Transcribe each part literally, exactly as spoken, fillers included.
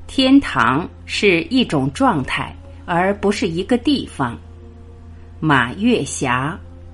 天堂是一种状态，而不是一个地方。马月霞。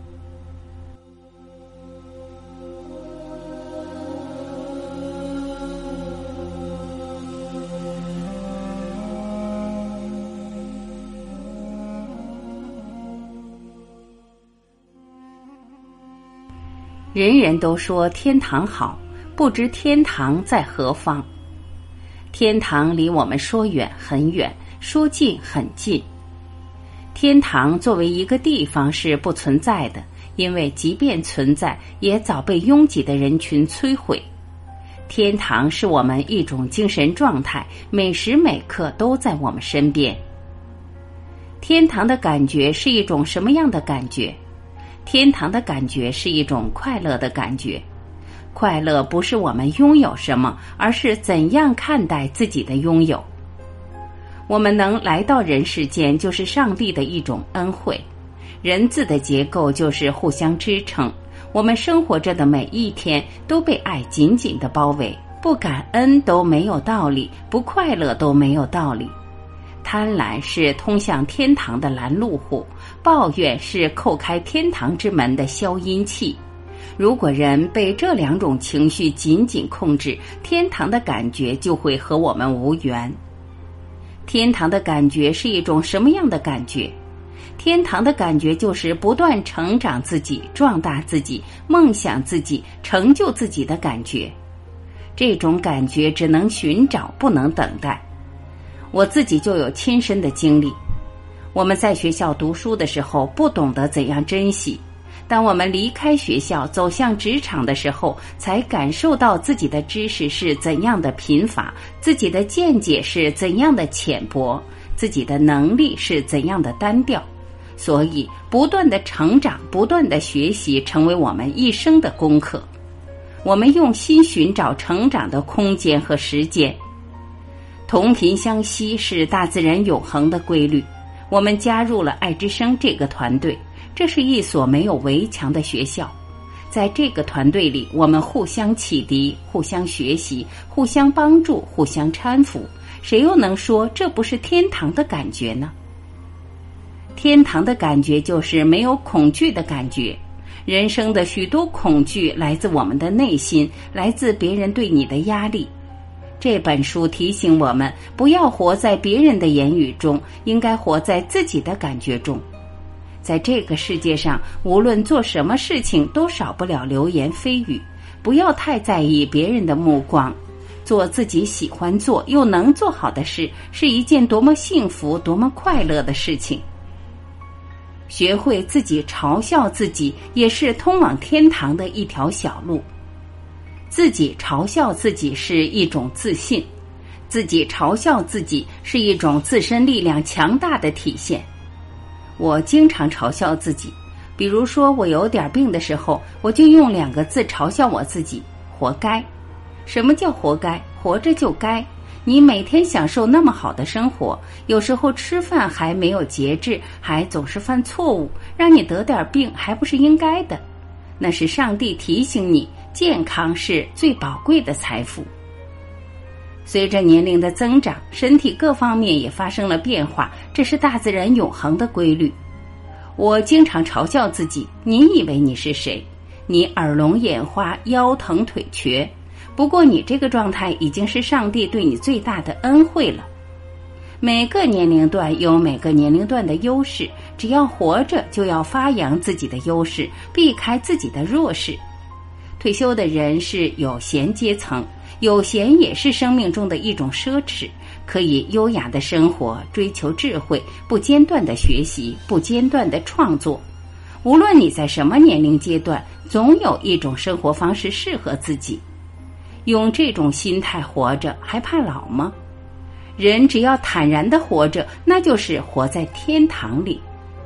人人都说天堂好，不知天堂在何方。天堂离我们说远很远，说近很近。天堂作为一个地方是不存在的，因为即便存在，也早被拥挤的人群摧毁。天堂是我们一种精神状态，每时每刻都在我们身边。天堂的感觉是一种什么样的感觉？天堂的感觉是一种快乐的感觉。快乐不是我们拥有什么，而是怎样看待自己的拥有。我们能来到人世间，就是上帝的一种恩惠。人字的结构就是互相支撑，我们生活着的每一天都被爱紧紧地包围，不感恩都没有道理，不快乐都没有道理。贪婪是通向天堂的拦路虎，抱怨是叩开天堂之门的消音器。如果人被这两种情绪紧紧控制，天堂的感觉就会和我们无缘。天堂的感觉是一种什么样的感觉？天堂的感觉就是不断成长自己，壮大自己，梦想自己，成就自己的感觉。这种感觉只能寻找，不能等待。我自己就有亲身的经历。我们在学校读书的时候，不懂得怎样珍惜。当我们离开学校走向职场的时候，才感受到自己的知识是怎样的贫乏，自己的见解是怎样的浅薄，自己的能力是怎样的单调。所以不断的成长，不断的学习，成为我们一生的功课。我们用心寻找成长的空间和时间。同频相吸是大自然永恒的规律。我们加入了爱之声这个团队，这是一所没有围墙的学校。在这个团队里，我们互相启迪，互相学习，互相帮助，互相搀扶。谁又能说这不是天堂的感觉呢？天堂的感觉就是没有恐惧的感觉。人生的许多恐惧来自我们的内心，来自别人对你的压力。这本书提醒我们，不要活在别人的言语中，应该活在自己的感觉中。在这个世界上，无论做什么事情，都少不了流言蜚语，不要太在意别人的目光。做自己喜欢做又能做好的事，是一件多么幸福、多么快乐的事情。学会自己嘲笑自己，也是通往天堂的一条小路。自己嘲笑自己是一种自信，自己嘲笑自己是一种自身力量强大的体现。我经常嘲笑自己，比如说我有点病的时候，我就用两个字嘲笑我自己：活该。什么叫活该？活着就该。你每天享受那么好的生活，有时候吃饭还没有节制，还总是犯错误，让你得点病还不是应该的。那是上帝提醒你，健康是最宝贵的财富。随着年龄的增长，身体各方面也发生了变化，这是大自然永恒的规律。我经常嘲笑自己，你以为你是谁？你耳聋眼花，腰疼腿瘸，不过你这个状态已经是上帝对你最大的恩惠了。每个年龄段有每个年龄段的优势，只要活着就要发扬自己的优势，避开自己的弱势。退休的人是有闲阶层，有闲也是生命中的一种奢侈，可以优雅的生活，追求智慧，不间断的学习，不间断的创作。无论你在什么年龄阶段，总有一种生活方式适合自己。用这种心态活着，还怕老吗？人只要坦然地活着，那就是活在天堂里。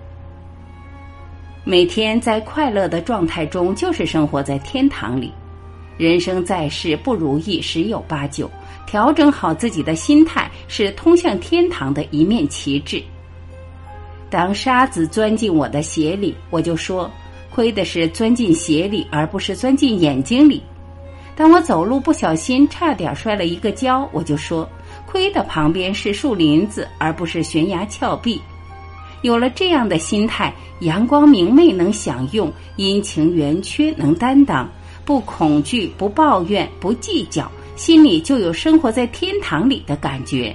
每天在快乐的状态中，就是生活在天堂里。人生在世，不如意十有八九，调整好自己的心态，是通向天堂的一面旗帜。当沙子钻进我的鞋里，我就说，亏的是钻进鞋里，而不是钻进眼睛里。当我走路不小心差点摔了一个跤，我就说， 亏的旁边是树林子，而不是悬崖峭壁。有了这样的心态，阳光明媚能享用，阴晴圆缺能担当，不恐惧，不抱怨，不计较，心里就有生活在天堂里的感觉。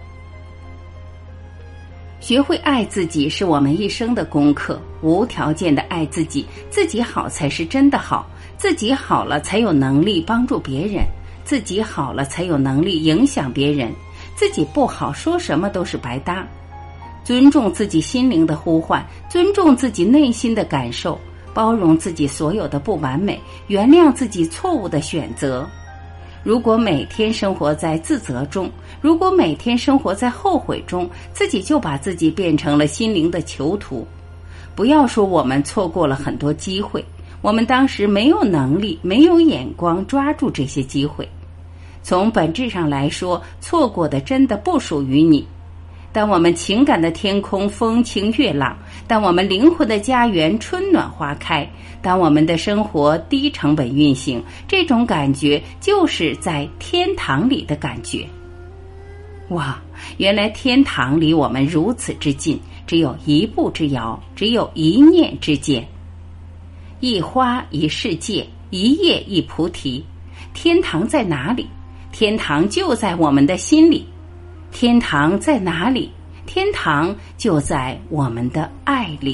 学会爱自己是我们一生的功课，无条件的爱自己，自己好才是真的好，自己好了才有能力帮助别人，自己好了才有能力影响别人，自己不好说什么都是白搭。尊重自己心灵的呼唤，尊重自己内心的感受，包容自己所有的不完美，原谅自己错误的选择。如果每天生活在自责中，如果每天生活在后悔中，自己就把自己变成了心灵的囚徒。不要说我们错过了很多机会，我们当时没有能力，没有眼光抓住这些机会。从本质上来说，错过的真的不属于你。当我们情感的天空风清月朗，当我们灵魂的家园春暖花开，当我们的生活低成本运行，这种感觉就是在天堂里的感觉。哇，原来天堂离我们如此之近，只有一步之遥，只有一念之间。一花一世界，一叶一菩提。天堂在哪里？天堂就在我们的心里。天堂在哪里？天堂就在我们的爱里。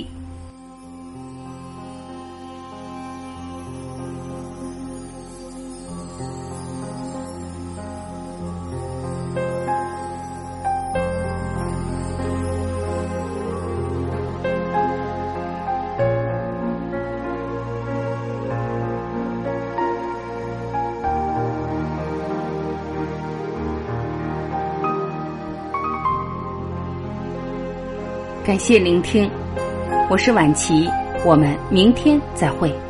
感谢聆听，我是婉琪，我们明天再会。